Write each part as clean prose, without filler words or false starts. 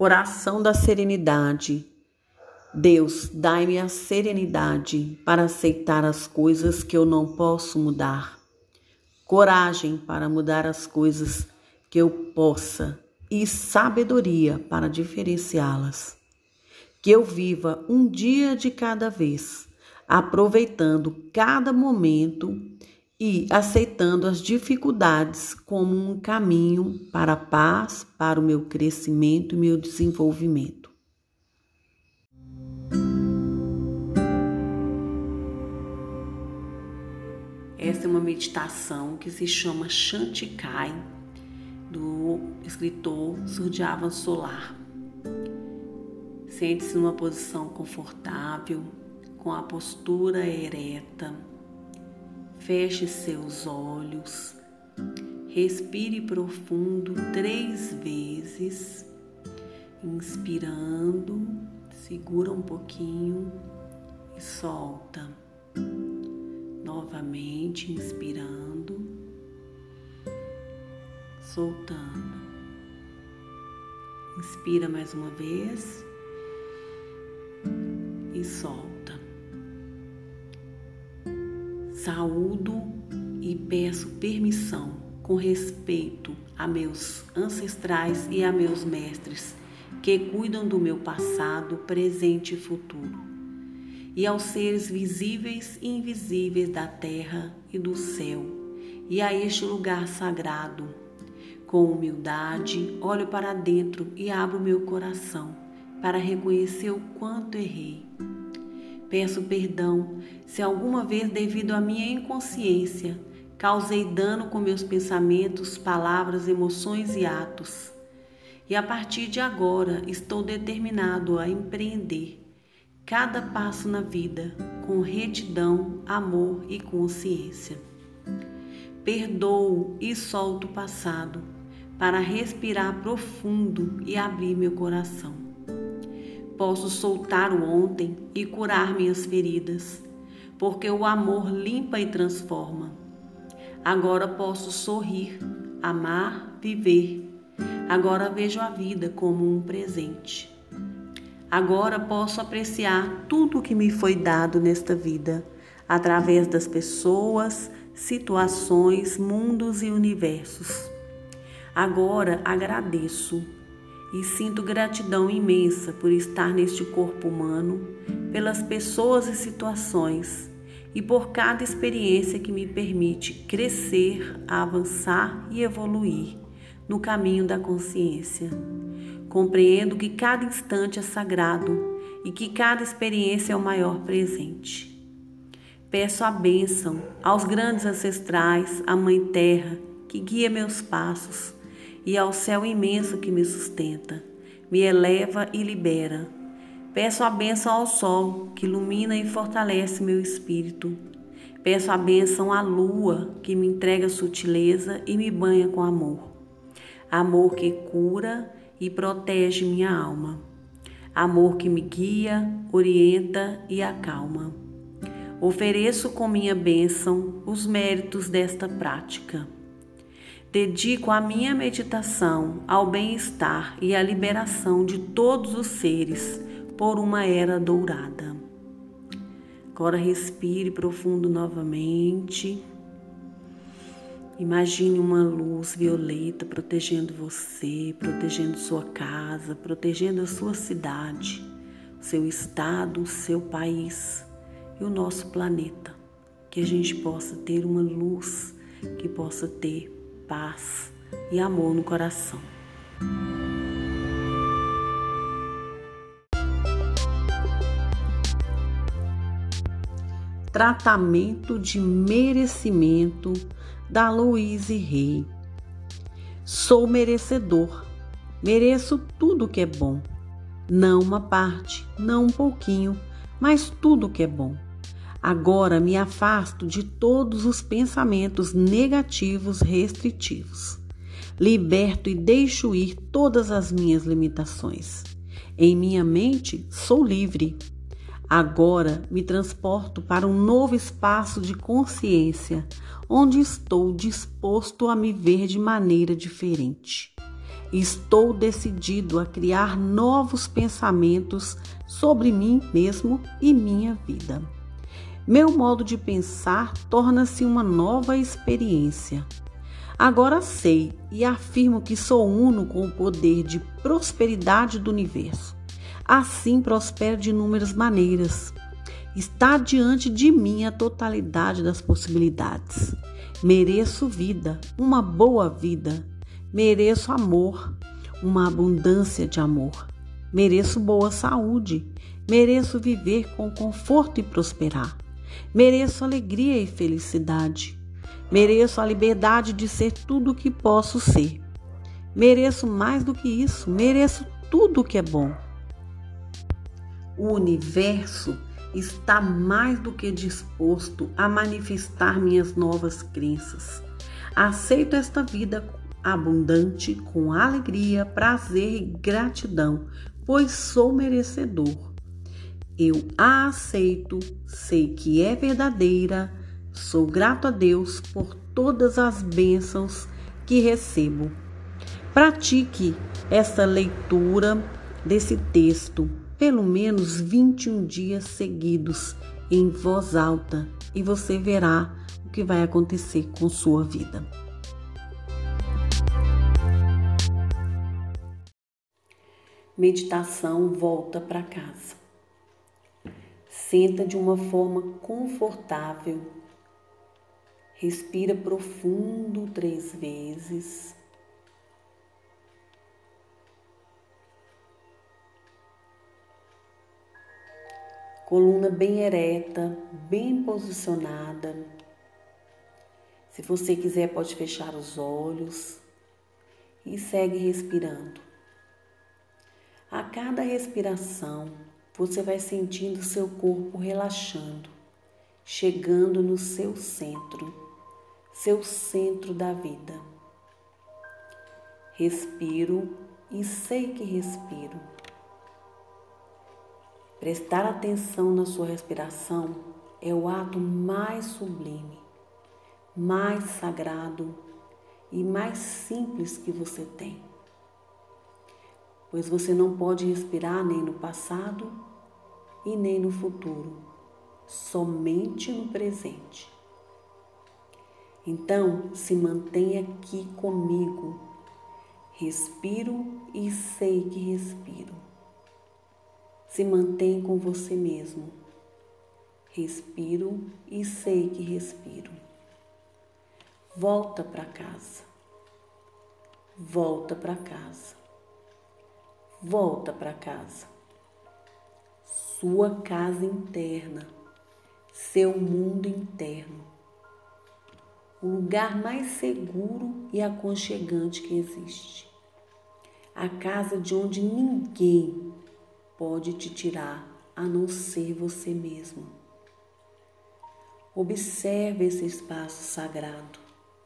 Oração da serenidade. Deus, dai-me a serenidade para aceitar as coisas que eu não posso mudar. Coragem para mudar as coisas que eu possa e sabedoria para diferenciá-las. Que eu viva um dia de cada vez, aproveitando cada momento e aceitando as dificuldades como um caminho para a paz, para o meu crescimento e meu desenvolvimento. Essa é uma meditação que se chama Chantikai, do escritor Surjavan Solar. Sente-se numa posição confortável, com a postura ereta. Feche seus olhos. Respire profundo 3 vezes. Inspirando, segura um pouquinho e solta. Novamente, inspirando, soltando. Inspira mais uma vez e solta. Saúdo e peço permissão com respeito a meus ancestrais e a meus mestres que cuidam do meu passado, presente e futuro, e aos seres visíveis e invisíveis da terra e do céu, e a este lugar sagrado. Com humildade, olho para dentro e abro meu coração para reconhecer o quanto errei. Peço perdão se alguma vez, devido à minha inconsciência, causei dano com meus pensamentos, palavras, emoções e atos. E a partir de agora estou determinado a empreender cada passo na vida com retidão, amor e consciência. Perdoo e solto o passado para respirar profundo e abrir meu coração. Posso soltar o ontem e curar minhas feridas, porque o amor limpa e transforma. Agora posso sorrir, amar, viver. Agora vejo a vida como um presente. Agora posso apreciar tudo o que me foi dado nesta vida, através das pessoas, situações, mundos e universos. Agora agradeço e sinto gratidão imensa por estar neste corpo humano, pelas pessoas e situações e por cada experiência que me permite crescer, avançar e evoluir no caminho da consciência. Compreendo que cada instante é sagrado e que cada experiência é o maior presente. Peço a bênção aos grandes ancestrais, à Mãe Terra, que guia meus passos, e ao céu imenso que me sustenta, me eleva e libera. Peço a bênção ao sol, que ilumina e fortalece meu espírito. Peço a bênção à lua, que me entrega sutileza e me banha com amor. Amor que cura e protege minha alma. Amor que me guia, orienta e acalma. Ofereço com minha bênção os méritos desta prática. Dedico a minha meditação ao bem-estar e à liberação de todos os seres por uma era dourada. Agora respire profundo novamente. Imagine uma luz violeta protegendo você, protegendo sua casa, protegendo a sua cidade, seu estado, o seu país e o nosso planeta. Que a gente possa ter uma luz, que possa ter paz e amor no coração. Tratamento de merecimento da Louise Hay. Sou merecedor, mereço tudo que é bom, não uma parte, não um pouquinho, mas tudo que é bom. Agora me afasto de todos os pensamentos negativos restritivos. Liberto e deixo ir todas as minhas limitações. Em minha mente sou livre. Agora me transporto para um novo espaço de consciência, onde estou disposto a me ver de maneira diferente. Estou decidido a criar novos pensamentos sobre mim mesmo e minha vida. Meu modo de pensar torna-se uma nova experiência. Agora sei e afirmo que sou uno com o poder de prosperidade do universo. Assim prospero de inúmeras maneiras. Está diante de mim a totalidade das possibilidades. Mereço vida, uma boa vida. Mereço amor, uma abundância de amor. Mereço boa saúde. Mereço viver com conforto e prosperar. Mereço alegria e felicidade. Mereço a liberdade de ser tudo o que posso ser. Mereço mais do que isso. Mereço tudo o que é bom. O universo está mais do que disposto a manifestar minhas novas crenças. Aceito esta vida abundante com alegria, prazer e gratidão, pois sou merecedor. Eu a aceito, sei que é verdadeira, sou grato a Deus por todas as bênçãos que recebo. Pratique essa leitura desse texto pelo menos 21 dias seguidos em voz alta e você verá o que vai acontecer com sua vida. Meditação volta para casa. Senta de uma forma confortável. Respira profundo 3 vezes. Coluna bem ereta, bem posicionada. Se você quiser, pode fechar os olhos e segue respirando. A cada respiração, você vai sentindo seu corpo relaxando, chegando no seu centro da vida. Respiro e sei que respiro. Prestar atenção na sua respiração é o ato mais sublime, mais sagrado e mais simples que você tem. Pois você não pode respirar nem no passado e nem no futuro, somente no presente. Então, se mantenha aqui comigo. Respiro e sei que respiro. Se mantém com você mesmo. Respiro e sei que respiro. Volta para casa. Volta para casa. Volta para casa. Sua casa interna. Seu mundo interno. O lugar mais seguro e aconchegante que existe. A casa de onde ninguém pode te tirar, a não ser você mesmo. Observe esse espaço sagrado.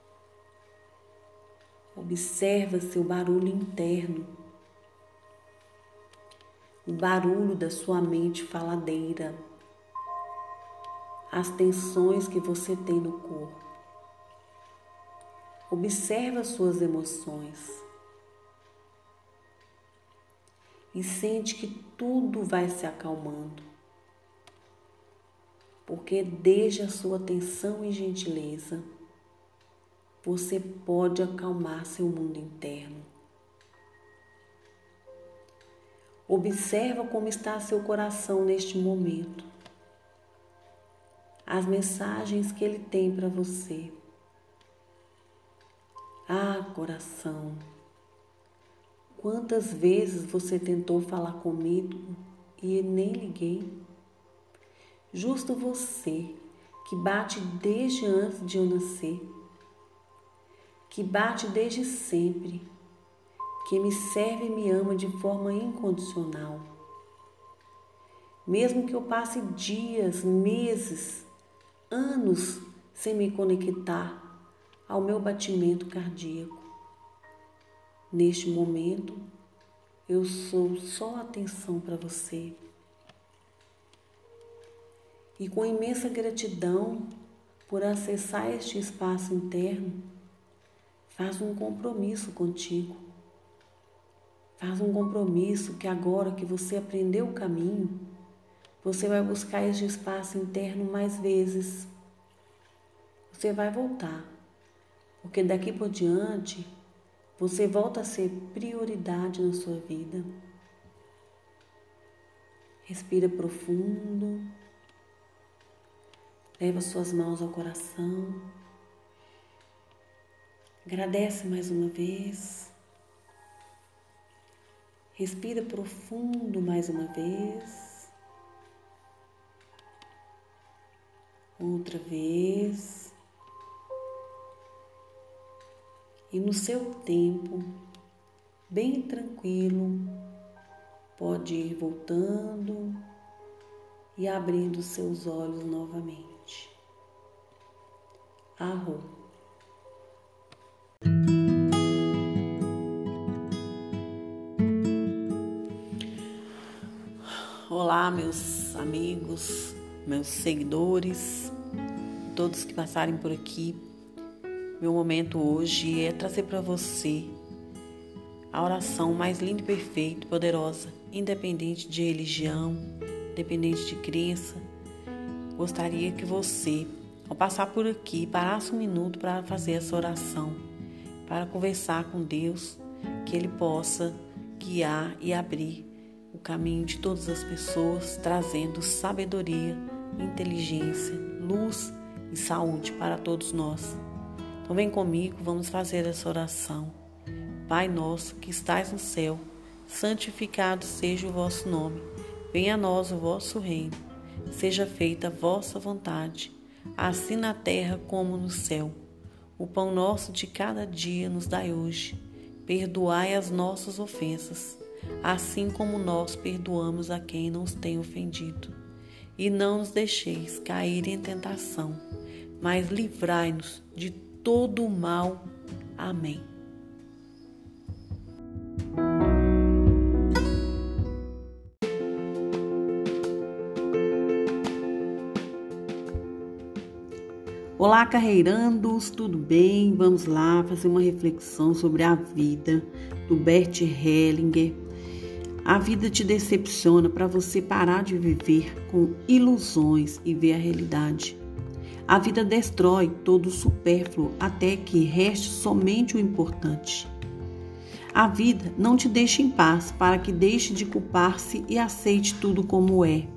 Observa seu barulho interno. O barulho da sua mente faladeira. As tensões que você tem no corpo. Observa suas emoções. E sente que tudo vai se acalmando. Porque desde a sua atenção e gentileza, você pode acalmar seu mundo interno. Observa como está seu coração neste momento. As mensagens que ele tem para você. Ah, coração! Quantas vezes você tentou falar comigo e nem liguei? Justo você, que bate desde antes de eu nascer, que bate desde sempre, que me serve e me ama de forma incondicional. Mesmo que eu passe dias, meses, anos sem me conectar ao meu batimento cardíaco. Neste momento, eu sou só atenção para você. E com imensa gratidão por acessar este espaço interno, faz um compromisso contigo. Faz um compromisso que agora que você aprendeu o caminho, você vai buscar este espaço interno mais vezes. Você vai voltar, porque daqui por diante você volta a ser prioridade na sua vida. Respira profundo, leva suas mãos ao coração, agradece mais uma vez, respira profundo mais uma vez, outra vez, e no seu tempo, bem tranquilo, pode ir voltando e abrindo seus olhos novamente. Arro. Olá, meus amigos, meus seguidores, todos que passarem por aqui. Meu momento hoje é trazer para você a oração mais linda e perfeita, poderosa, independente de religião, independente de crença. Gostaria que você, ao passar por aqui, parasse um minuto para fazer essa oração, para conversar com Deus, que Ele possa guiar e abrir o caminho de todas as pessoas, trazendo sabedoria, inteligência, luz e saúde para todos nós. Então vem comigo, vamos fazer essa oração. Pai nosso que estais no céu, santificado seja o vosso nome. Venha a nós o vosso reino. Seja feita a vossa vontade, assim na terra como no céu. O pão nosso de cada dia nos dai hoje. Perdoai as nossas ofensas, assim como nós perdoamos a quem nos tem ofendido. E não nos deixeis cair em tentação, mas livrai-nos de todo o mal. Amém. Olá, carreirandos, tudo bem? Vamos lá fazer uma reflexão sobre a vida do Bert Hellinger. A vida te decepciona para você parar de viver com ilusões e ver a realidade. A vida destrói todo o supérfluo até que reste somente o importante. A vida não te deixa em paz para que deixe de culpar-se e aceite tudo como é.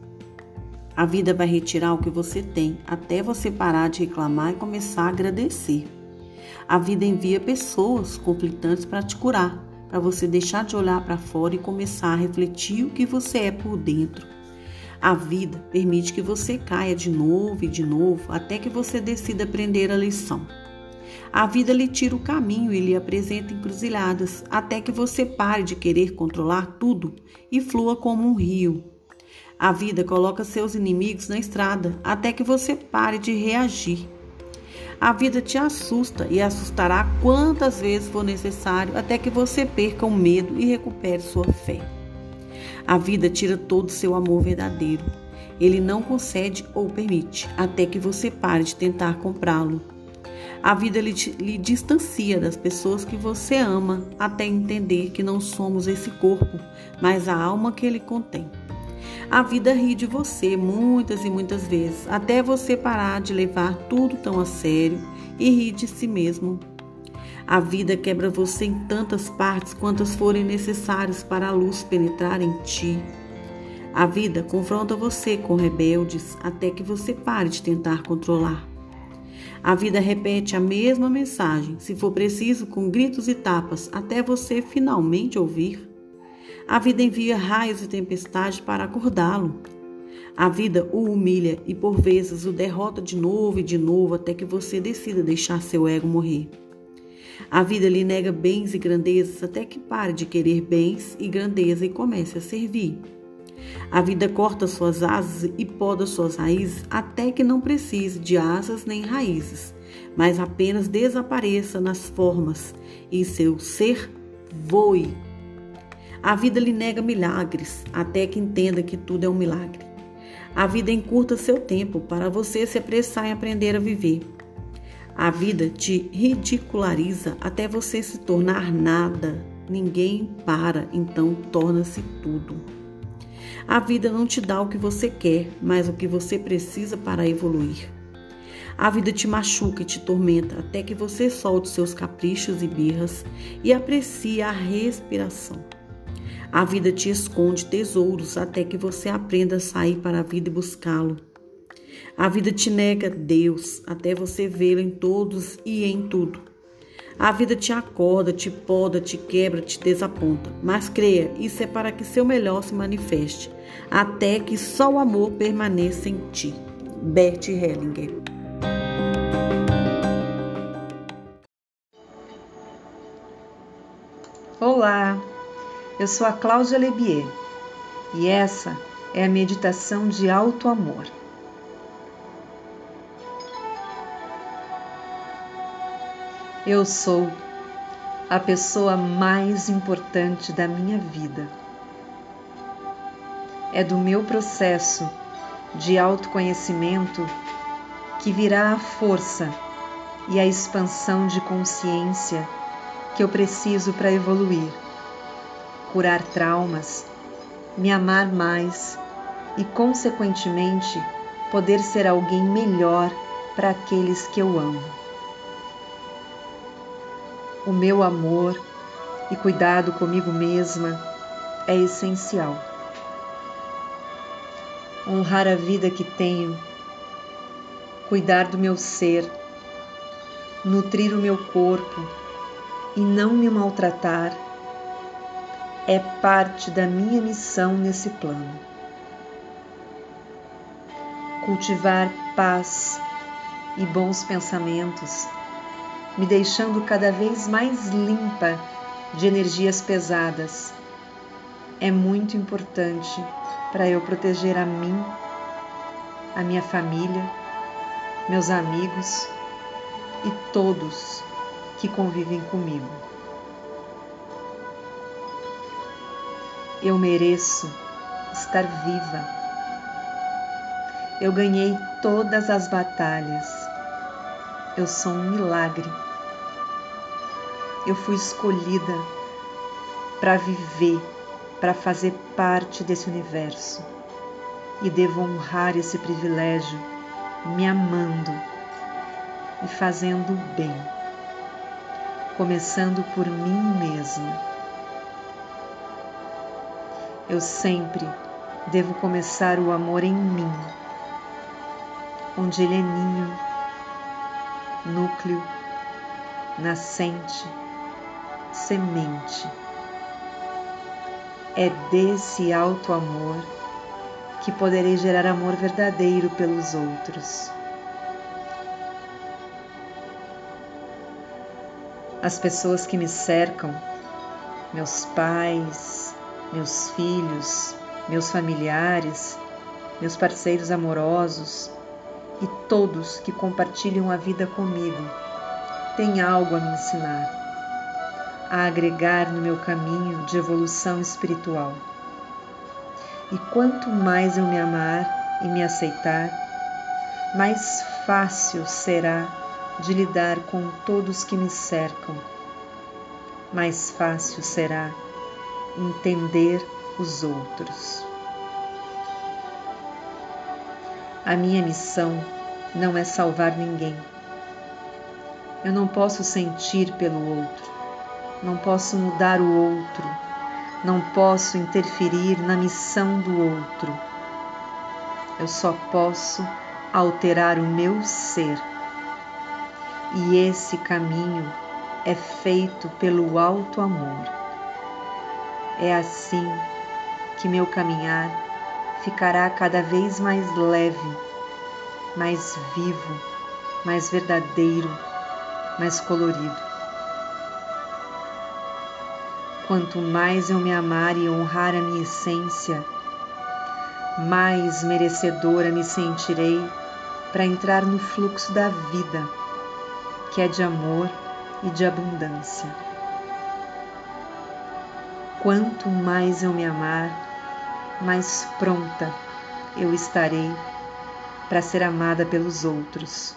A vida vai retirar o que você tem até você parar de reclamar e começar a agradecer. A vida envia pessoas conflitantes para te curar, para você deixar de olhar para fora e começar a refletir o que você é por dentro. A vida permite que você caia de novo e de novo até que você decida aprender a lição. A vida lhe tira o caminho e lhe apresenta encruzilhadas até que você pare de querer controlar tudo e flua como um rio. A vida coloca seus inimigos na estrada até que você pare de reagir. A vida te assusta e assustará quantas vezes for necessário até que você perca o medo e recupere sua fé. A vida tira todo o seu amor verdadeiro. Ele não concede ou permite até que você pare de tentar comprá-lo. A vida lhe distancia das pessoas que você ama até entender que não somos esse corpo, mas a alma que ele contém. A vida ri de você muitas e muitas vezes, até você parar de levar tudo tão a sério e rir de si mesmo. A vida quebra você em tantas partes quantas forem necessárias para a luz penetrar em ti. A vida confronta você com rebeldes até que você pare de tentar controlar. A vida repete a mesma mensagem, se for preciso, com gritos e tapas, até você finalmente ouvir. A vida envia raios e tempestades para acordá-lo. A vida o humilha e por vezes o derrota de novo e de novo até que você decida deixar seu ego morrer. A vida lhe nega bens e grandezas até que pare de querer bens e grandeza e comece a servir. A vida corta suas asas e poda suas raízes até que não precise de asas nem raízes, mas apenas desapareça nas formas e seu ser voe. A vida lhe nega milagres, até que entenda que tudo é um milagre. A vida encurta seu tempo para você se apressar em aprender a viver. A vida te ridiculariza até você se tornar nada. ninguém para, então torna-se tudo. A vida não te dá o que você quer, mas o que você precisa para evoluir. A vida te machuca e te tormenta até que você solte seus caprichos e birras e aprecie a respiração. A vida te esconde tesouros até que você aprenda a sair para a vida e buscá-lo. A vida te nega Deus até você vê-lo em todos e em tudo. A vida te acorda, te poda, te quebra, te desaponta. Mas creia, isso é para que seu melhor se manifeste, até que só o amor permaneça em ti. Bert Hellinger. Olá, eu sou a Cláudia Lebier e essa é a meditação de auto-amor. Eu sou a pessoa mais importante da minha vida. É do meu processo de autoconhecimento que virá a força e a expansão de consciência que eu preciso para evoluir, curar traumas, me amar mais e, consequentemente, poder ser alguém melhor para aqueles que eu amo. O meu amor e cuidado comigo mesma é essencial. Honrar a vida que tenho, cuidar do meu ser, nutrir o meu corpo e não me maltratar é parte da minha missão nesse plano. Cultivar paz e bons pensamentos, me deixando cada vez mais limpa de energias pesadas, é muito importante para eu proteger a mim, a minha família, meus amigos e todos que convivem comigo. Eu mereço estar viva. Eu ganhei todas as batalhas. Eu sou um milagre. Eu fui escolhida para viver, para fazer parte desse universo. E devo honrar esse privilégio, me amando e fazendo o bem, começando por mim mesma. Eu sempre devo começar o amor em mim, onde ele é ninho, núcleo, nascente, semente. É desse auto-amor que poderei gerar amor verdadeiro pelos outros. As pessoas que me cercam, meus pais, meus filhos, meus familiares, meus parceiros amorosos e todos que compartilham a vida comigo, têm algo a me ensinar, a agregar no meu caminho de evolução espiritual. E quanto mais eu me amar e me aceitar, mais fácil será de lidar com todos que me cercam. Mais fácil será entender os outros. A minha missão não é salvar ninguém. Eu não posso sentir pelo outro, não posso mudar o outro, não posso interferir na missão do outro. Eu só posso alterar o meu ser. E esse caminho é feito pelo auto-amor. É assim que meu caminhar ficará cada vez mais leve, mais vivo, mais verdadeiro, mais colorido. Quanto mais eu me amar e honrar a minha essência, mais merecedora me sentirei para entrar no fluxo da vida, que é de amor e de abundância. Quanto mais eu me amar, mais pronta eu estarei para ser amada pelos outros.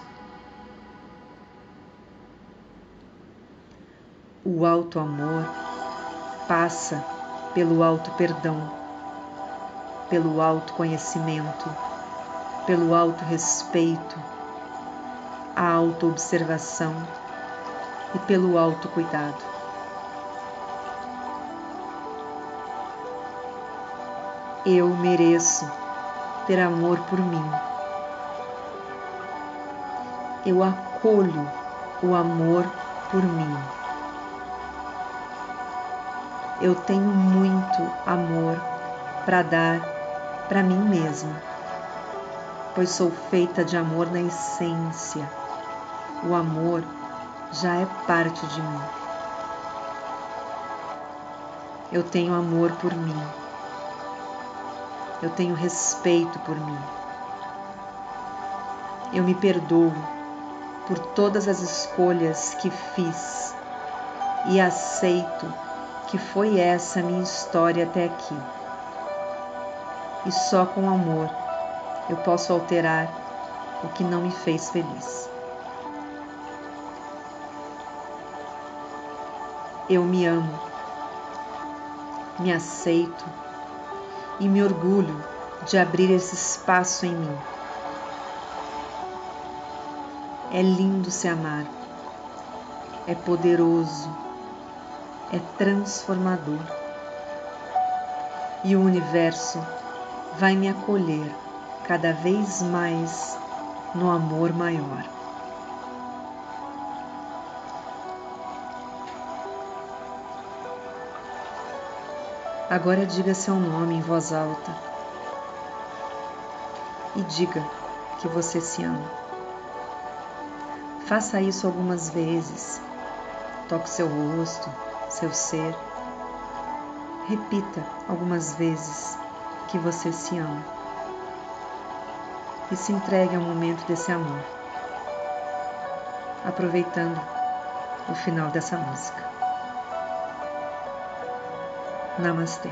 O auto-amor passa pelo auto-perdão, pelo autoconhecimento, pelo auto-respeito, a auto-observação e pelo autocuidado. Eu mereço ter amor por mim. Eu acolho o amor por mim. Eu tenho muito amor para dar para mim mesma, pois sou feita de amor na essência. O amor já é parte de mim. Eu tenho amor por mim. Eu tenho respeito por mim. Eu me perdoo por todas as escolhas que fiz e aceito que foi essa a minha história até aqui. E só com amor eu posso alterar o que não me fez feliz. Eu me amo, me aceito e me orgulho de abrir esse espaço em mim. É lindo se amar, é poderoso, é transformador. E o universo vai me acolher cada vez mais no amor maior. Agora diga seu nome em voz alta e diga que você se ama. Faça isso algumas vezes. Toque seu rosto, seu ser. Repita algumas vezes que você se ama. E se entregue ao momento desse amor, aproveitando o final dessa música. Namastê.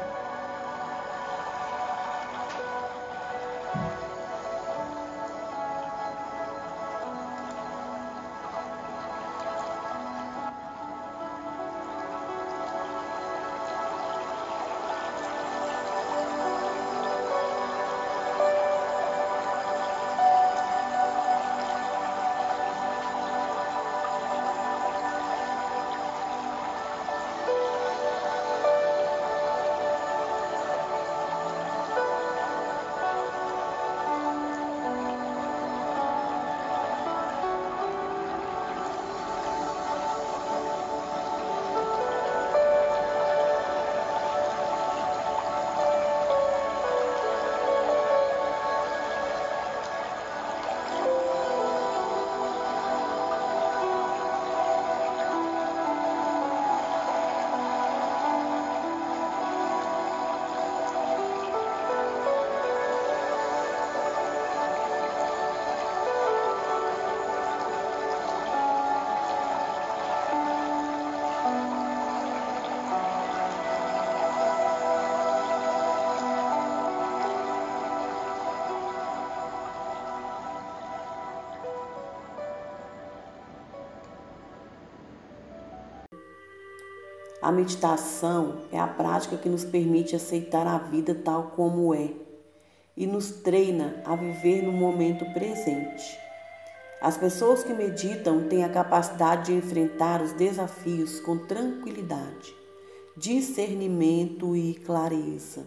A meditação é a prática que nos permite aceitar a vida tal como é e nos treina a viver no momento presente. As pessoas que meditam têm a capacidade de enfrentar os desafios com tranquilidade, discernimento e clareza.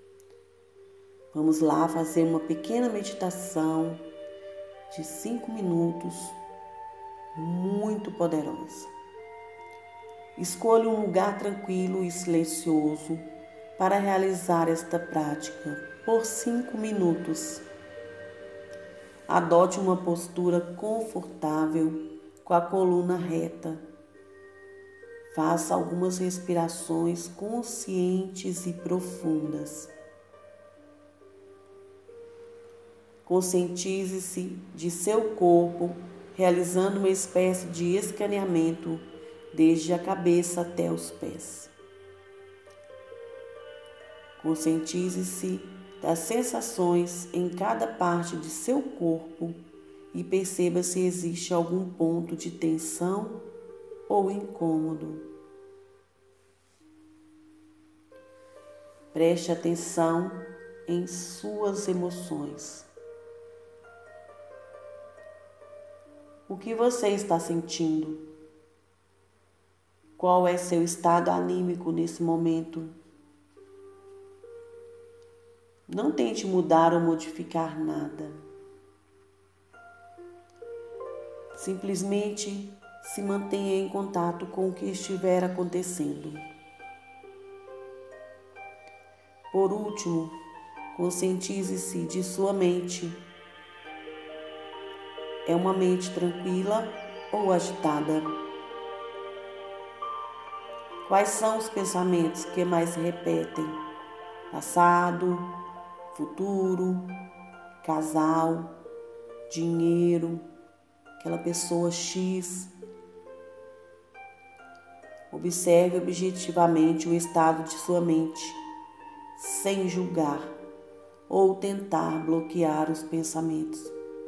Vamos lá fazer uma pequena meditação de 5 minutos, muito poderosa. Escolha um lugar tranquilo e silencioso para realizar esta prática por 5 minutos. Adote uma postura confortável com a coluna reta. Faça algumas respirações conscientes e profundas. Conscientize-se de seu corpo, realizando uma espécie de escaneamento desde a cabeça até os pés. Conscientize-se das sensações em cada parte de seu corpo e perceba se existe algum ponto de tensão ou incômodo. Preste atenção em suas emoções. O que você está sentindo? Qual é seu estado anímico nesse momento? Não tente mudar ou modificar nada. Simplesmente se mantenha em contato com o que estiver acontecendo. Por último, conscientize-se de sua mente. É uma mente tranquila ou agitada? Quais são os pensamentos que mais se repetem? Passado, futuro, casal, dinheiro, aquela pessoa X. Observe objetivamente o estado de sua mente, sem julgar ou tentar bloquear os pensamentos.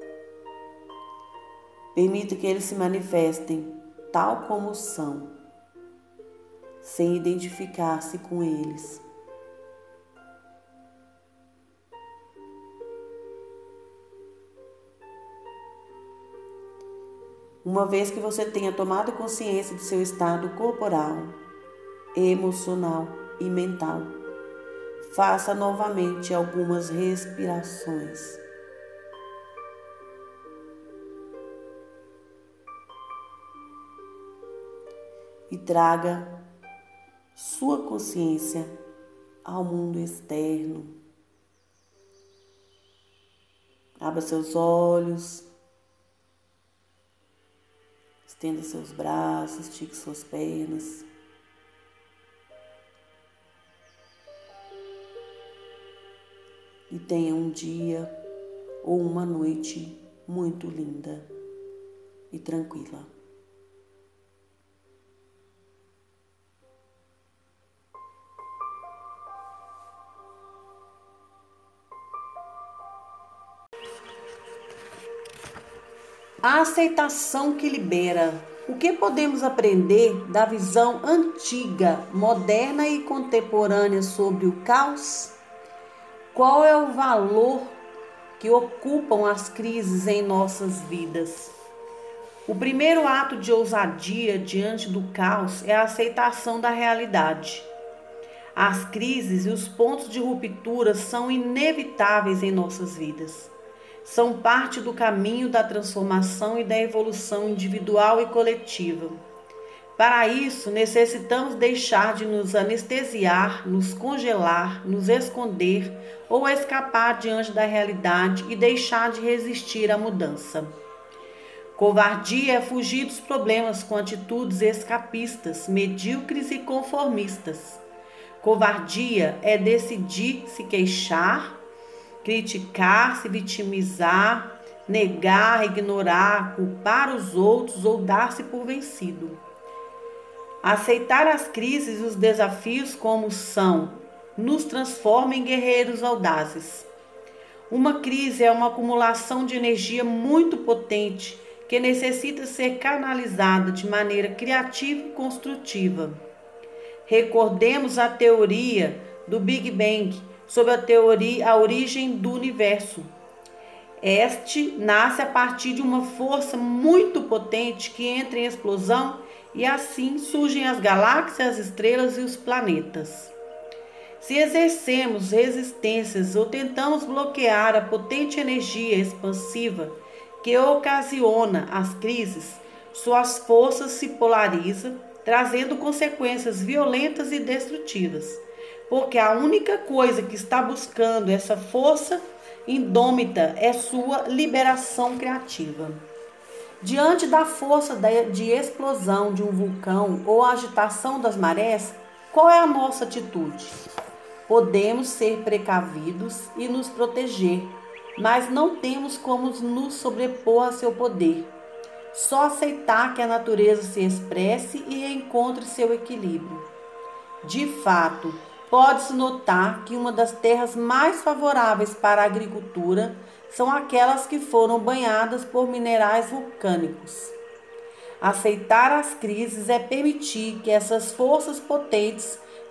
Permita que eles se manifestem tal como são, sem identificar-se com eles. Uma vez que você tenha tomado consciência de seu estado corporal, emocional e mental, faça novamente algumas respirações. E traga sua consciência ao mundo externo. Abra seus olhos, estenda seus braços, estique suas pernas. E tenha um dia ou uma noite muito linda e tranquila. A aceitação que libera. O que podemos aprender da visão antiga, moderna e contemporânea sobre o caos? Qual é o valor que ocupam as crises em nossas vidas? O primeiro ato de ousadia diante do caos é a aceitação da realidade. As crises e os pontos de ruptura são inevitáveis em nossas vidas. São parte do caminho da transformação e da evolução individual e coletiva. Para isso, necessitamos deixar de nos anestesiar, nos congelar, nos esconder ou escapar diante da realidade e deixar de resistir à mudança. Covardia é fugir dos problemas com atitudes escapistas, medíocres e conformistas. Covardia é decidir se queixar, criticar, se vitimizar, negar, ignorar, culpar os outros ou dar-se por vencido. Aceitar as crises e os desafios como são nos transforma em guerreiros audazes. Uma crise é uma acumulação de energia muito potente que necessita ser canalizada de maneira criativa e construtiva. Recordemos a teoria do Big Bang sobre a origem do universo. Este nasce a partir de uma força muito potente que entra em explosão e assim surgem as galáxias, as estrelas e os planetas. Se exercemos resistências ou tentamos bloquear a potente energia expansiva que ocasiona as crises, suas forças se polarizam, trazendo consequências violentas e destrutivas, porque a única coisa que está buscando essa força indômita é sua liberação criativa. Diante da força de explosão de um vulcão ou a agitação das marés, qual é a nossa atitude? Podemos ser precavidos e nos proteger, mas não temos como nos sobrepor a seu poder. Só aceitar que a natureza se expresse e encontre seu equilíbrio. De fato, pode-se notar que uma das terras mais favoráveis para a agricultura são aquelas que foram banhadas por minerais vulcânicos. Aceitar as crises é permitir que essas forças potentes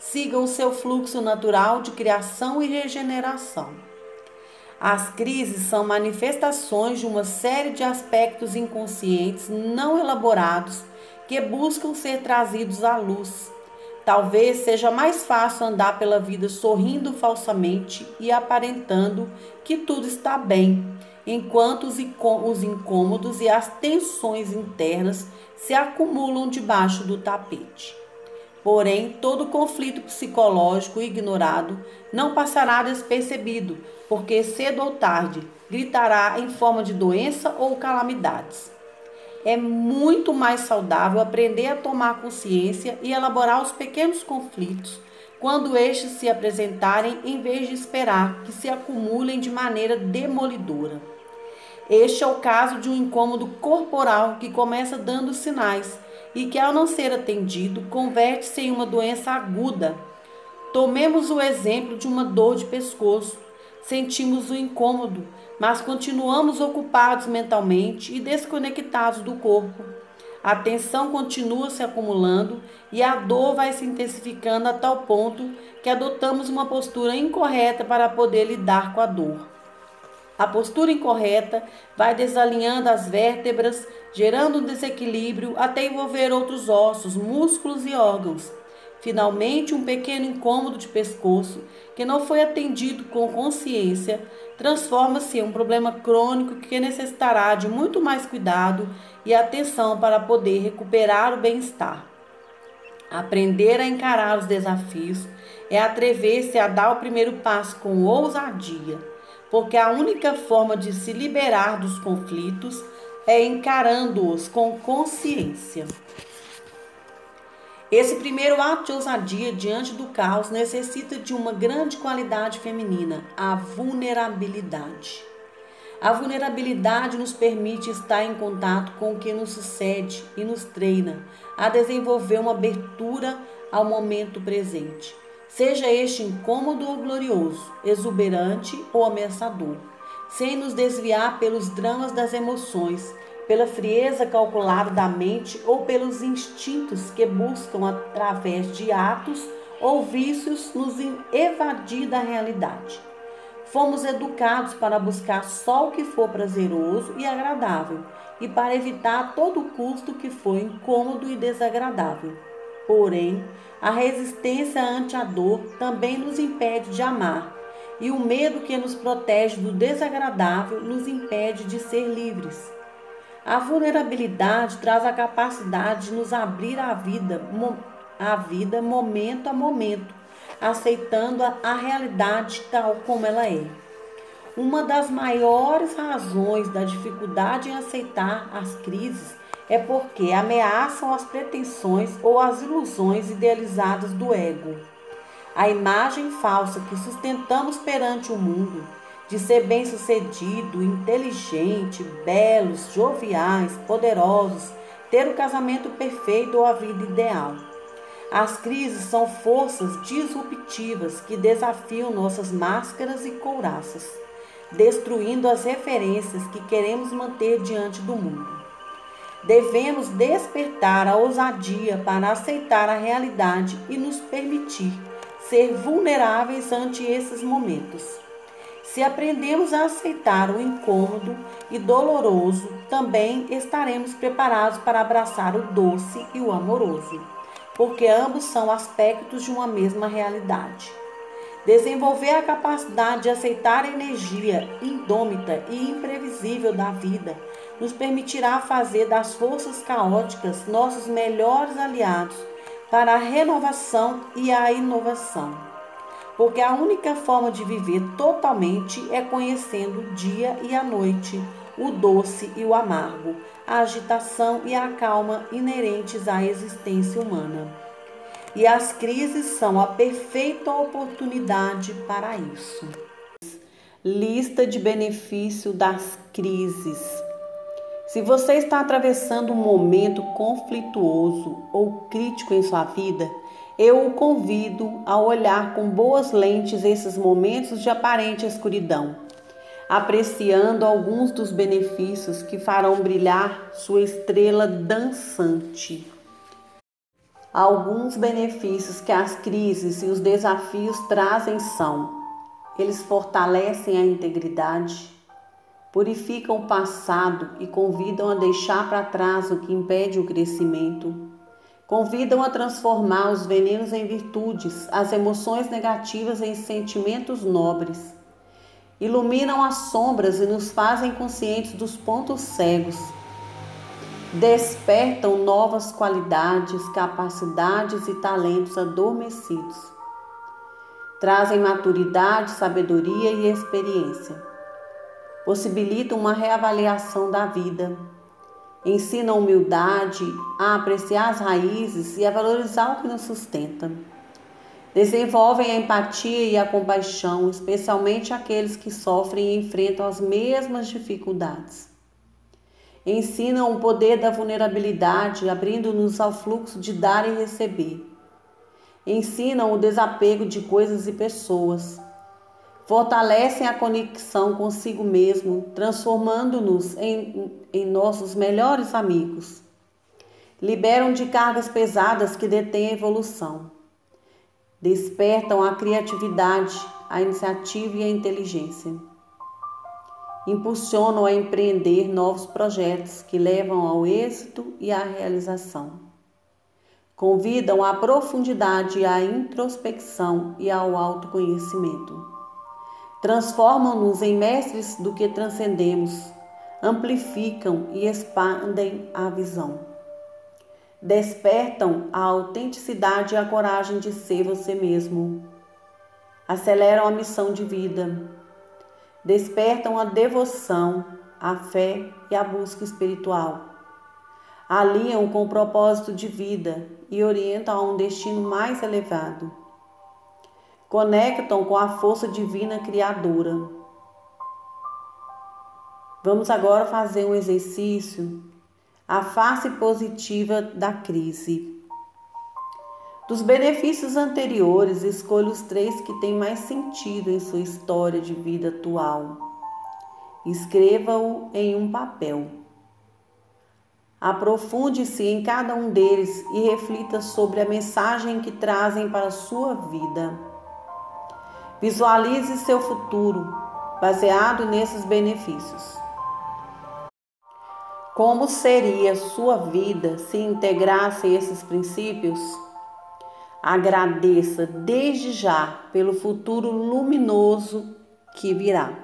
sigam o seu fluxo natural de criação e regeneração. As crises são manifestações de uma série de aspectos inconscientes não elaborados que buscam ser trazidos à luz. Talvez seja mais fácil andar pela vida sorrindo falsamente e aparentando que tudo está bem, enquanto os incômodos e as tensões internas se acumulam debaixo do tapete. Porém, todo conflito psicológico ignorado não passará despercebido, porque cedo ou tarde gritará em forma de doença ou calamidades. É muito mais saudável aprender a tomar consciência e elaborar os pequenos conflitos quando estes se apresentarem, em vez de esperar que se acumulem de maneira demolidora. Este é o caso de um incômodo corporal que começa dando sinais e que, ao não ser atendido, converte-se em uma doença aguda. Tomemos o exemplo de uma dor de pescoço. Sentimos o incômodo, mas continuamos ocupados mentalmente e desconectados do corpo. A tensão continua se acumulando e a dor vai se intensificando a tal ponto que adotamos uma postura incorreta para poder lidar com a dor. A postura incorreta vai desalinhando as vértebras, gerando um desequilíbrio até envolver outros ossos, músculos e órgãos. Finalmente, um pequeno incômodo de pescoço, que não foi atendido com consciência, transforma-se em um problema crônico que necessitará de muito mais cuidado e atenção para poder recuperar o bem-estar. Aprender a encarar os desafios é atrever-se a dar o primeiro passo com ousadia, porque a única forma de se liberar dos conflitos é encarando-os com consciência. Esse primeiro ato de ousadia diante do caos necessita de uma grande qualidade feminina, a vulnerabilidade. A vulnerabilidade nos permite estar em contato com o que nos sucede e nos treina a desenvolver uma abertura ao momento presente, seja este incômodo ou glorioso, exuberante ou ameaçador, sem nos desviar pelos dramas das emoções, pela frieza calculada da mente ou pelos instintos que buscam, através de atos ou vícios, nos evadir da realidade. Fomos educados para buscar só o que for prazeroso e agradável e para evitar a todo custo o que for incômodo e desagradável. Porém, a resistência ante a dor também nos impede de amar, e o medo que nos protege do desagradável nos impede de ser livres. A vulnerabilidade traz a capacidade de nos abrir à vida momento a momento, aceitando a realidade tal como ela é. Uma das maiores razões da dificuldade em aceitar as crises é porque ameaçam as pretensões ou as ilusões idealizadas do ego. A imagem falsa que sustentamos perante o mundo de ser bem-sucedido, inteligente, belos, joviais, poderosos, ter o casamento perfeito ou a vida ideal. As crises são forças disruptivas que desafiam nossas máscaras e couraças, destruindo as referências que queremos manter diante do mundo. Devemos despertar a ousadia para aceitar a realidade e nos permitir ser vulneráveis ante esses momentos. Se aprendemos a aceitar o incômodo e doloroso, também estaremos preparados para abraçar o doce e o amoroso, porque ambos são aspectos de uma mesma realidade. Desenvolver a capacidade de aceitar a energia indômita e imprevisível da vida nos permitirá fazer das forças caóticas nossos melhores aliados para a renovação e a inovação. Porque a única forma de viver totalmente é conhecendo o dia e a noite, o doce e o amargo, a agitação e a calma inerentes à existência humana. E as crises são a perfeita oportunidade para isso. Lista de benefício das crises. Se você está atravessando um momento conflituoso ou crítico em sua vida, eu o convido a olhar com boas lentes esses momentos de aparente escuridão, apreciando alguns dos benefícios que farão brilhar sua estrela dançante. Alguns benefícios que as crises e os desafios trazem são: eles fortalecem a integridade, purificam o passado e convidam a deixar para trás o que impede o crescimento, convidam a transformar os venenos em virtudes, as emoções negativas em sentimentos nobres, iluminam as sombras e nos fazem conscientes dos pontos cegos, despertam novas qualidades, capacidades e talentos adormecidos, trazem maturidade, sabedoria e experiência, possibilitam uma reavaliação da vida, ensinam humildade, a apreciar as raízes e a valorizar o que nos sustenta, desenvolvem a empatia e a compaixão, especialmente aqueles que sofrem e enfrentam as mesmas dificuldades. Ensinam o poder da vulnerabilidade, abrindo-nos ao fluxo de dar e receber. Ensinam o desapego de coisas e pessoas. Fortalecem a conexão consigo mesmo, transformando-nos em nossos melhores amigos. Liberam de cargas pesadas que detêm a evolução. Despertam a criatividade, a iniciativa e a inteligência. Impulsionam a empreender novos projetos que levam ao êxito e à realização. Convidam à profundidade, à introspecção e ao autoconhecimento. Transformam-nos em mestres do que transcendemos, amplificam e expandem a visão. Despertam a autenticidade e a coragem de ser você mesmo. Aceleram a missão de vida. Despertam a devoção, a fé e a busca espiritual. Alinham com o propósito de vida e orientam a um destino mais elevado. Conectam com a força divina criadora. Vamos agora fazer um exercício, a face positiva da crise. Dos benefícios anteriores, escolha os 3 que têm mais sentido em sua história de vida atual. Escreva-o em um papel. Aprofunde-se em cada um deles e reflita sobre a mensagem que trazem para a sua vida. Visualize seu futuro, baseado nesses benefícios. Como seria sua vida se integrasse esses princípios? Agradeça desde já pelo futuro luminoso que virá.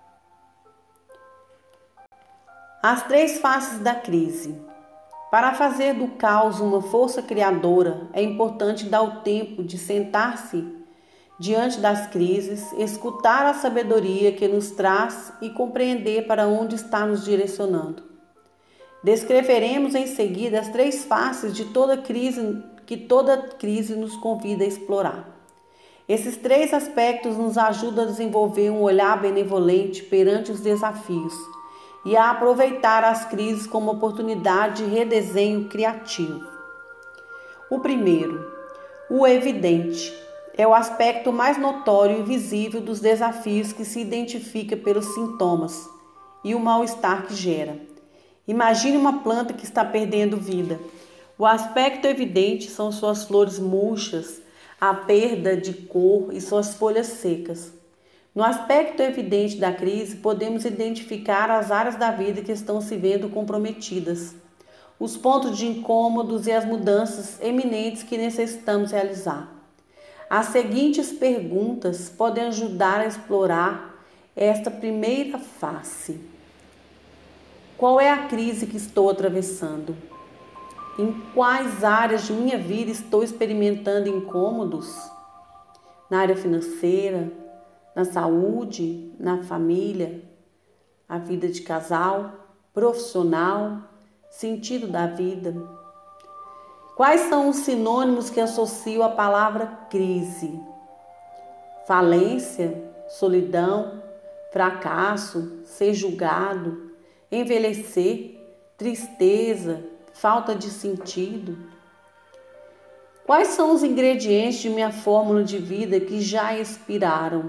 As 3 faces da crise. Para fazer do caos uma força criadora, é importante dar o tempo de sentar-se diante das crises, escutar a sabedoria que nos traz e compreender para onde está nos direcionando. Descreveremos em seguida as 3 faces de toda crise que toda crise nos convida a explorar. Esses 3 aspectos nos ajudam a desenvolver um olhar benevolente perante os desafios e a aproveitar as crises como oportunidade de redesenho criativo. O primeiro, o evidente, é o aspecto mais notório e visível dos desafios que se identifica pelos sintomas e o mal-estar que gera. Imagine uma planta que está perdendo vida. O aspecto evidente são suas flores murchas, a perda de cor e suas folhas secas. No aspecto evidente da crise, podemos identificar as áreas da vida que estão se vendo comprometidas, os pontos de incômodos e as mudanças eminentes que necessitamos realizar. As seguintes perguntas podem ajudar a explorar esta primeira face. Qual é a crise que estou atravessando? Em quais áreas de minha vida estou experimentando incômodos? Na área financeira, na saúde, na família, a vida de casal, profissional, sentido da vida. Quais são os sinônimos que associo à palavra crise? Falência, solidão, fracasso, ser julgado, envelhecer, tristeza, falta de sentido. Quais são os ingredientes de minha fórmula de vida que já expiraram?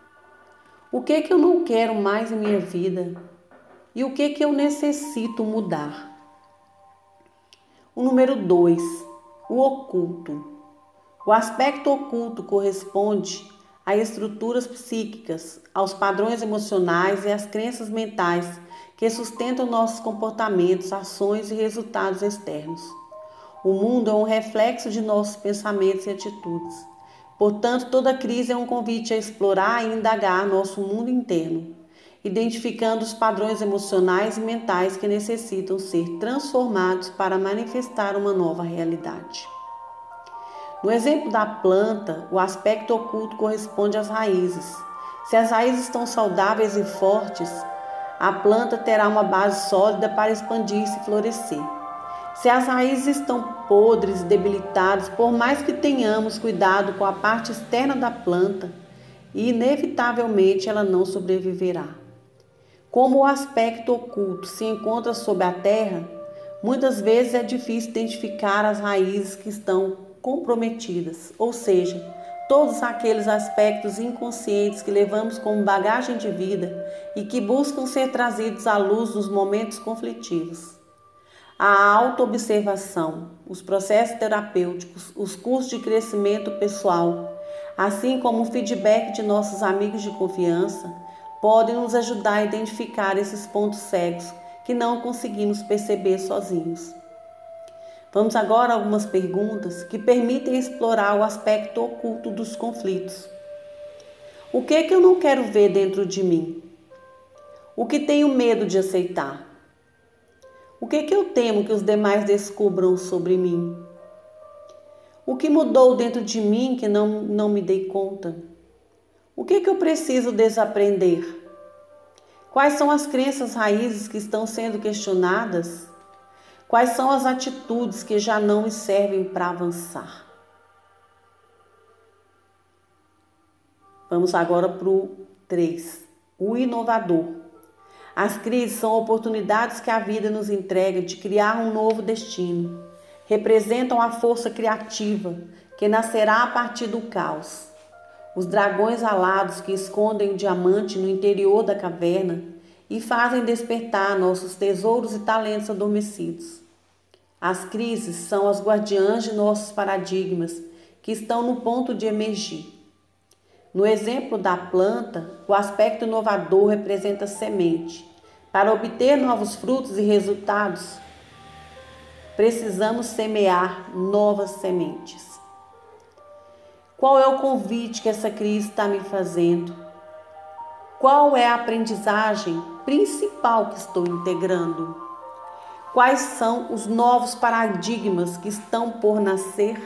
O que eu não quero mais em minha vida? E o que eu necessito mudar? O número 2. O oculto. O aspecto oculto corresponde a estruturas psíquicas, aos padrões emocionais e às crenças mentais que sustentam nossos comportamentos, ações e resultados externos. O mundo é um reflexo de nossos pensamentos e atitudes. Portanto, toda crise é um convite a explorar e indagar nosso mundo interno, identificando os padrões emocionais e mentais que necessitam ser transformados para manifestar uma nova realidade. No exemplo da planta, o aspecto oculto corresponde às raízes. Se as raízes estão saudáveis e fortes, a planta terá uma base sólida para expandir-se e florescer. Se as raízes estão podres e debilitadas, por mais que tenhamos cuidado com a parte externa da planta, inevitavelmente ela não sobreviverá. Como o aspecto oculto se encontra sob a terra, muitas vezes é difícil identificar as raízes que estão comprometidas, ou seja, todos aqueles aspectos inconscientes que levamos como bagagem de vida e que buscam ser trazidos à luz nos momentos conflitivos. A autoobservação, os processos terapêuticos, os cursos de crescimento pessoal, assim como o feedback de nossos amigos de confiança, podem nos ajudar a identificar esses pontos cegos que não conseguimos perceber sozinhos. Vamos agora a algumas perguntas que permitem explorar o aspecto oculto dos conflitos. O que eu não quero ver dentro de mim? O que tenho medo de aceitar? O que eu temo que os demais descubram sobre mim? O que mudou dentro de mim que não me dei conta? O que eu preciso desaprender? Quais são as crenças raízes que estão sendo questionadas? Quais são as atitudes que já não me servem para avançar? Vamos agora para o 3, o inovador. As crises são oportunidades que a vida nos entrega de criar um novo destino. Representam a força criativa que nascerá a partir do caos. Os dragões alados que escondem o diamante no interior da caverna e fazem despertar nossos tesouros e talentos adormecidos. As crises são as guardiãs de nossos paradigmas que estão no ponto de emergir. No exemplo da planta, o aspecto inovador representa a semente. Para obter novos frutos e resultados, precisamos semear novas sementes. Qual é o convite que essa crise está me fazendo? Qual é a aprendizagem principal que estou integrando? Quais são os novos paradigmas que estão por nascer?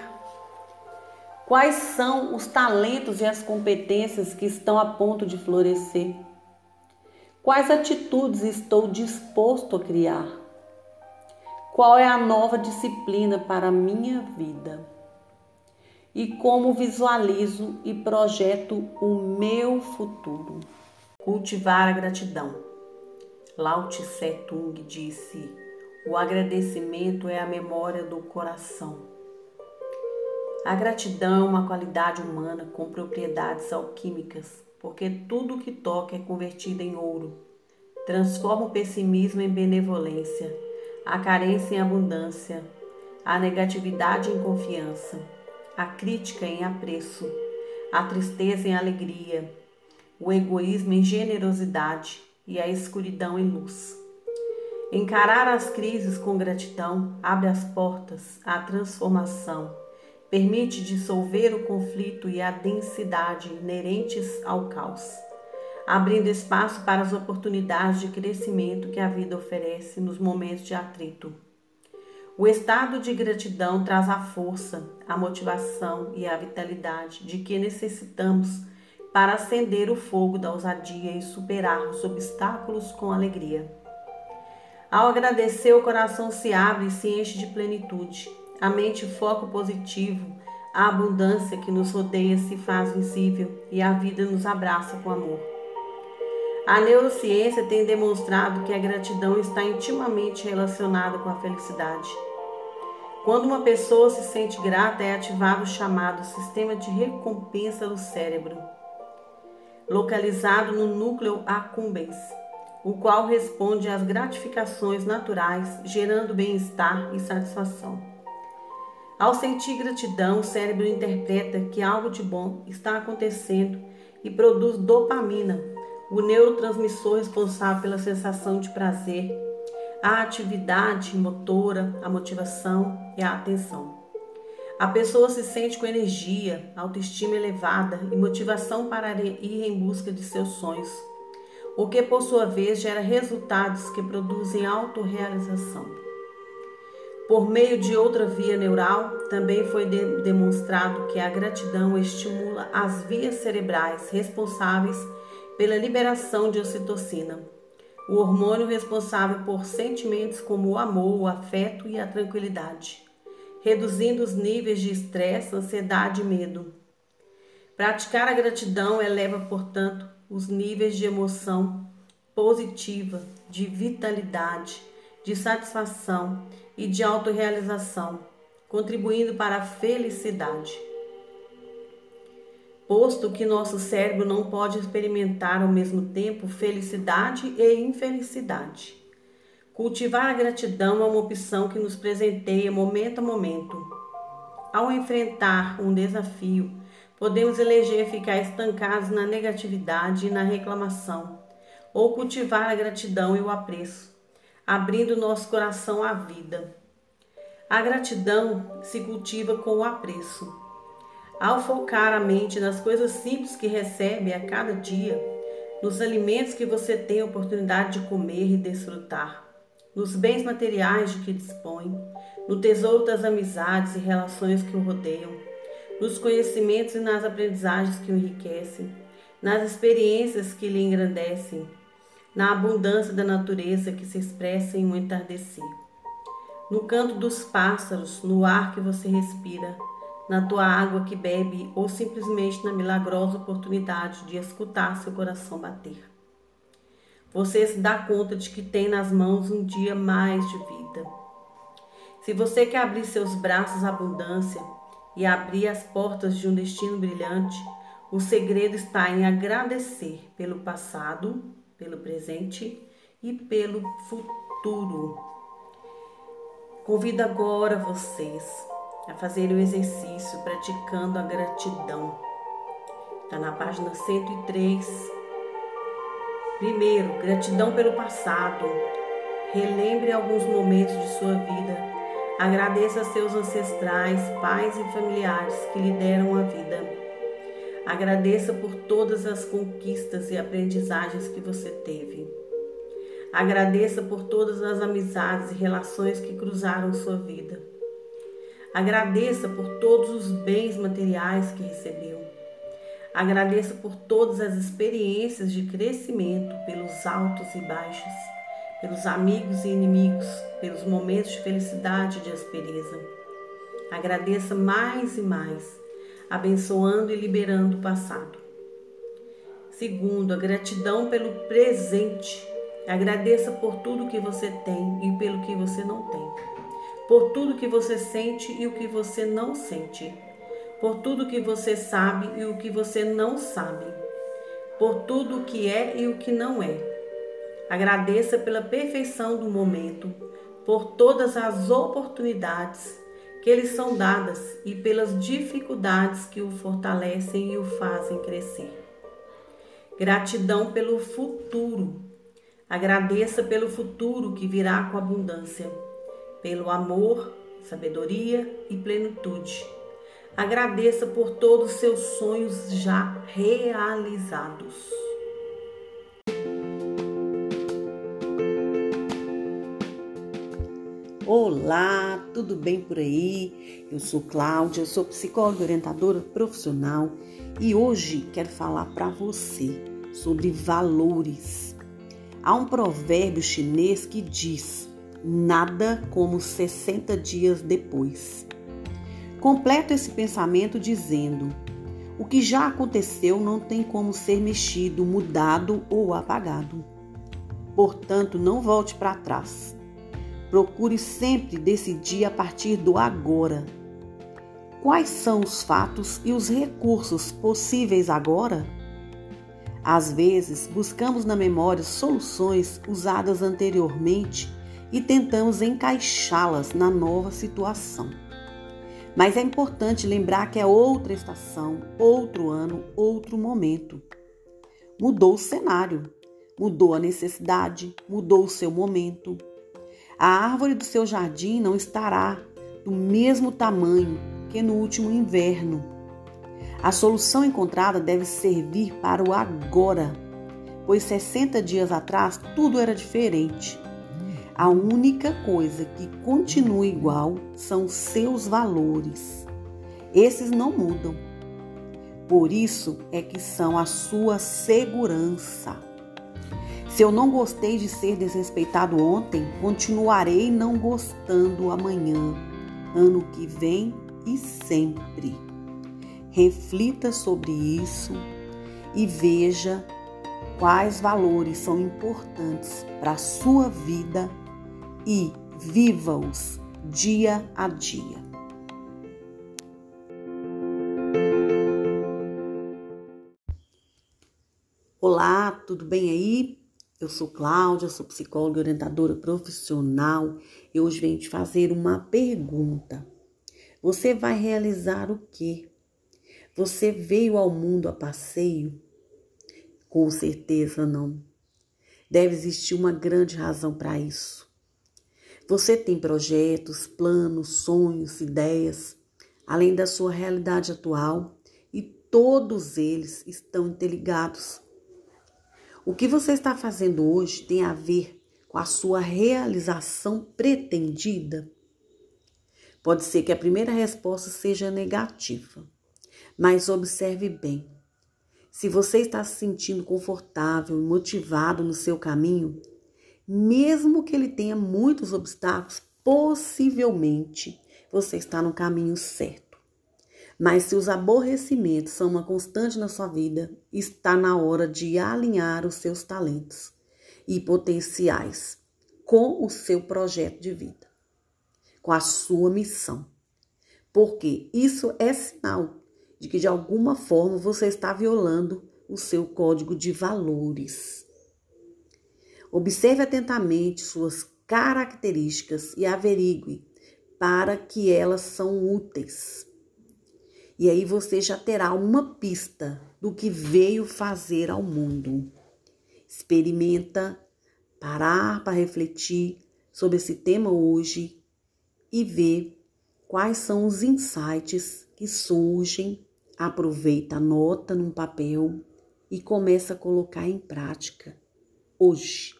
Quais são os talentos e as competências que estão a ponto de florescer? Quais atitudes estou disposto a criar? Qual é a nova disciplina para a minha vida? E como visualizo e projeto o meu futuro? Cultivar a gratidão. Lao Tse Tung disse: o agradecimento é a memória do coração. A gratidão é uma qualidade humana com propriedades alquímicas, porque tudo o que toca é convertido em ouro. Transforma o pessimismo em benevolência, a carência em abundância, a negatividade em confiança, a crítica em apreço, a tristeza em alegria, o egoísmo em generosidade e a escuridão em luz. Encarar as crises com gratidão abre as portas à transformação, permite dissolver o conflito e a densidade inerentes ao caos, abrindo espaço para as oportunidades de crescimento que a vida oferece nos momentos de atrito. O estado de gratidão traz a força, a motivação e a vitalidade de que necessitamos para acender o fogo da ousadia e superar os obstáculos com alegria. Ao agradecer, o coração se abre e se enche de plenitude. A mente foca o positivo, a abundância que nos rodeia se faz visível e a vida nos abraça com amor. A neurociência tem demonstrado que a gratidão está intimamente relacionada com a felicidade. Quando uma pessoa se sente grata, é ativado o chamado sistema de recompensa do cérebro, localizado no núcleo accumbens, o qual responde às gratificações naturais, gerando bem-estar e satisfação. Ao sentir gratidão, o cérebro interpreta que algo de bom está acontecendo e produz dopamina, o neurotransmissor responsável pela sensação de prazer, a atividade motora, a motivação e a atenção. A pessoa se sente com energia, autoestima elevada e motivação para ir em busca de seus sonhos, o que por sua vez gera resultados que produzem autorrealização. Por meio de outra via neural, também foi demonstrado que a gratidão estimula as vias cerebrais responsáveis pela liberação de ocitocina, o hormônio responsável por sentimentos como o amor, o afeto e a tranquilidade, reduzindo os níveis de estresse, ansiedade e medo. Praticar a gratidão eleva, portanto, os níveis de emoção positiva, de vitalidade, de satisfação e de autorrealização, contribuindo para a felicidade. Posto que nosso cérebro não pode experimentar ao mesmo tempo felicidade e infelicidade. Cultivar a gratidão é uma opção que nos presenteia momento a momento. Ao enfrentar um desafio, podemos eleger ficar estancados na negatividade e na reclamação, ou cultivar a gratidão e o apreço, abrindo nosso coração à vida. A gratidão se cultiva com o apreço. Ao focar a mente nas coisas simples que recebe a cada dia, nos alimentos que você tem a oportunidade de comer e desfrutar, nos bens materiais de que dispõe, no tesouro das amizades e relações que o rodeiam, nos conhecimentos e nas aprendizagens que o enriquecem, nas experiências que lhe engrandecem, na abundância da natureza que se expressa em um entardecer, no canto dos pássaros, no ar que você respira, na tua água que bebe ou simplesmente na milagrosa oportunidade de escutar seu coração bater. Você se dá conta de que tem nas mãos um dia mais de vida. Se você quer abrir seus braços à abundância e abrir as portas de um destino brilhante, o segredo está em agradecer pelo passado, pelo presente e pelo futuro. Convido agora vocês a fazerem o exercício praticando a gratidão. Está na página 103. Primeiro, gratidão pelo passado. Relembre alguns momentos de sua vida. Agradeça a seus ancestrais, pais e familiares que lhe deram a vida. Agradeça por todas as conquistas e aprendizagens que você teve. Agradeça por todas as amizades e relações que cruzaram sua vida. Agradeça por todos os bens materiais que recebeu. Agradeça por todas as experiências de crescimento, pelos altos e baixos, pelos amigos e inimigos, pelos momentos de felicidade e de aspereza. Agradeça mais e mais, abençoando e liberando o passado. Segundo, a gratidão pelo presente. Agradeça por tudo que você tem e pelo que você não tem. Por tudo que você sente e o que você não sente. Por tudo que você sabe e o que você não sabe. Por tudo o que é e o que não é. Agradeça pela perfeição do momento, por todas as oportunidades que lhe são dadas e pelas dificuldades que o fortalecem e o fazem crescer. Gratidão pelo futuro. Agradeça pelo futuro que virá com abundância, pelo amor, sabedoria e plenitude. Agradeça por todos os seus sonhos já realizados. Olá, tudo bem por aí? Eu sou Cláudia, eu sou psicóloga orientadora profissional e hoje quero falar para você sobre valores. Há um provérbio chinês que diz: nada como 60 dias depois. Completo esse pensamento dizendo: o que já aconteceu não tem como ser mexido, mudado ou apagado. Portanto, não volte para trás. Procure sempre decidir a partir do agora. Quais são os fatos e os recursos possíveis agora? Às vezes, buscamos na memória soluções usadas anteriormente e tentamos encaixá-las na nova situação. Mas é importante lembrar que é outra estação, outro ano, outro momento. Mudou o cenário, mudou a necessidade, mudou o seu momento. A árvore do seu jardim não estará do mesmo tamanho que no último inverno. A solução encontrada deve servir para o agora, pois 60 dias atrás tudo era diferente. A única coisa que continua igual são os seus valores. Esses não mudam. Por isso é que são a sua segurança. Se eu não gostei de ser desrespeitado ontem, continuarei não gostando amanhã, ano que vem e sempre. Reflita sobre isso e veja quais valores são importantes para a sua vida e viva-os dia a dia. Olá, tudo bem aí? Eu sou Cláudia, sou psicóloga e orientadora profissional e hoje venho te fazer uma pergunta. Você vai realizar o quê? Você veio ao mundo a passeio? Com certeza não. Deve existir uma grande razão para isso. Você tem projetos, planos, sonhos, ideias, além da sua realidade atual, e todos eles estão interligados. O que você está fazendo hoje tem a ver com a sua realização pretendida? Pode ser que a primeira resposta seja negativa, mas observe bem. Se você está se sentindo confortável e motivado no seu caminho, mesmo que ele tenha muitos obstáculos, possivelmente você está no caminho certo. Mas se os aborrecimentos são uma constante na sua vida, está na hora de alinhar os seus talentos e potenciais com o seu projeto de vida, com a sua missão. Porque isso é sinal de que de alguma forma você está violando o seu código de valores. Observe atentamente suas características e averigue para que elas são úteis. E aí você já terá uma pista do que veio fazer ao mundo. Experimenta parar para refletir sobre esse tema hoje e ver quais são os insights que surgem. Aproveita, anota num papel e começa a colocar em prática hoje.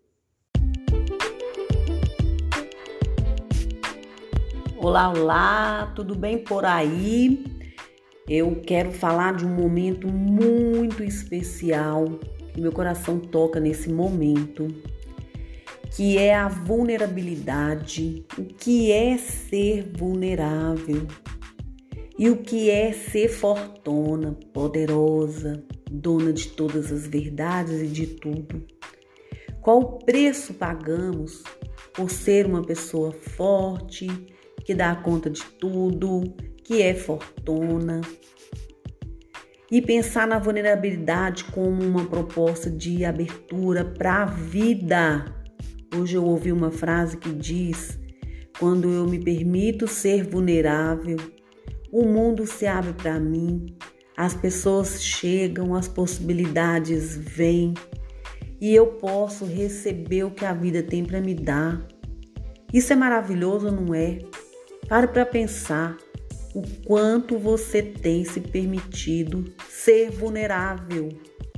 Olá, olá, tudo bem por aí? Eu quero falar de um momento muito especial que meu coração toca nesse momento, que é a vulnerabilidade. O que é ser vulnerável? E o que é ser fortuna, poderosa, dona de todas as verdades e de tudo? Qual o preço pagamos por ser uma pessoa forte, que dá conta de tudo, que é fortuna? E pensar na vulnerabilidade como uma proposta de abertura para a vida. Hoje eu ouvi uma frase que diz: quando eu me permito ser vulnerável, o mundo se abre para mim, as pessoas chegam, as possibilidades vêm e eu posso receber o que a vida tem para me dar. Isso é maravilhoso, não é? Pare para pensar o quanto você tem se permitido ser vulnerável.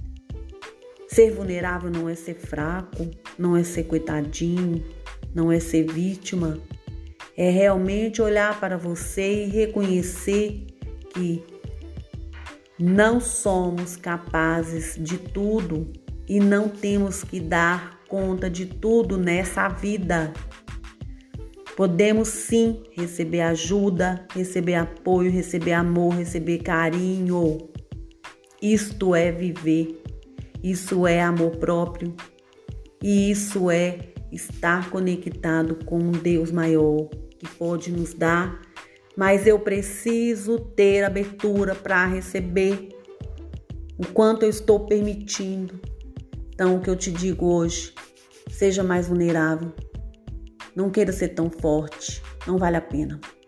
Ser vulnerável não é ser fraco, não é ser coitadinho, não é ser vítima. É realmente olhar para você e reconhecer que não somos capazes de tudo e não temos que dar conta de tudo nessa vida. Podemos sim receber ajuda, receber apoio, receber amor, receber carinho. Isto é viver, isso é amor próprio e isso é estar conectado com um Deus maior que pode nos dar, mas eu preciso ter abertura para receber o quanto eu estou permitindo. Então, o que eu te digo hoje, seja mais vulnerável. Não queira ser tão forte, não vale a pena.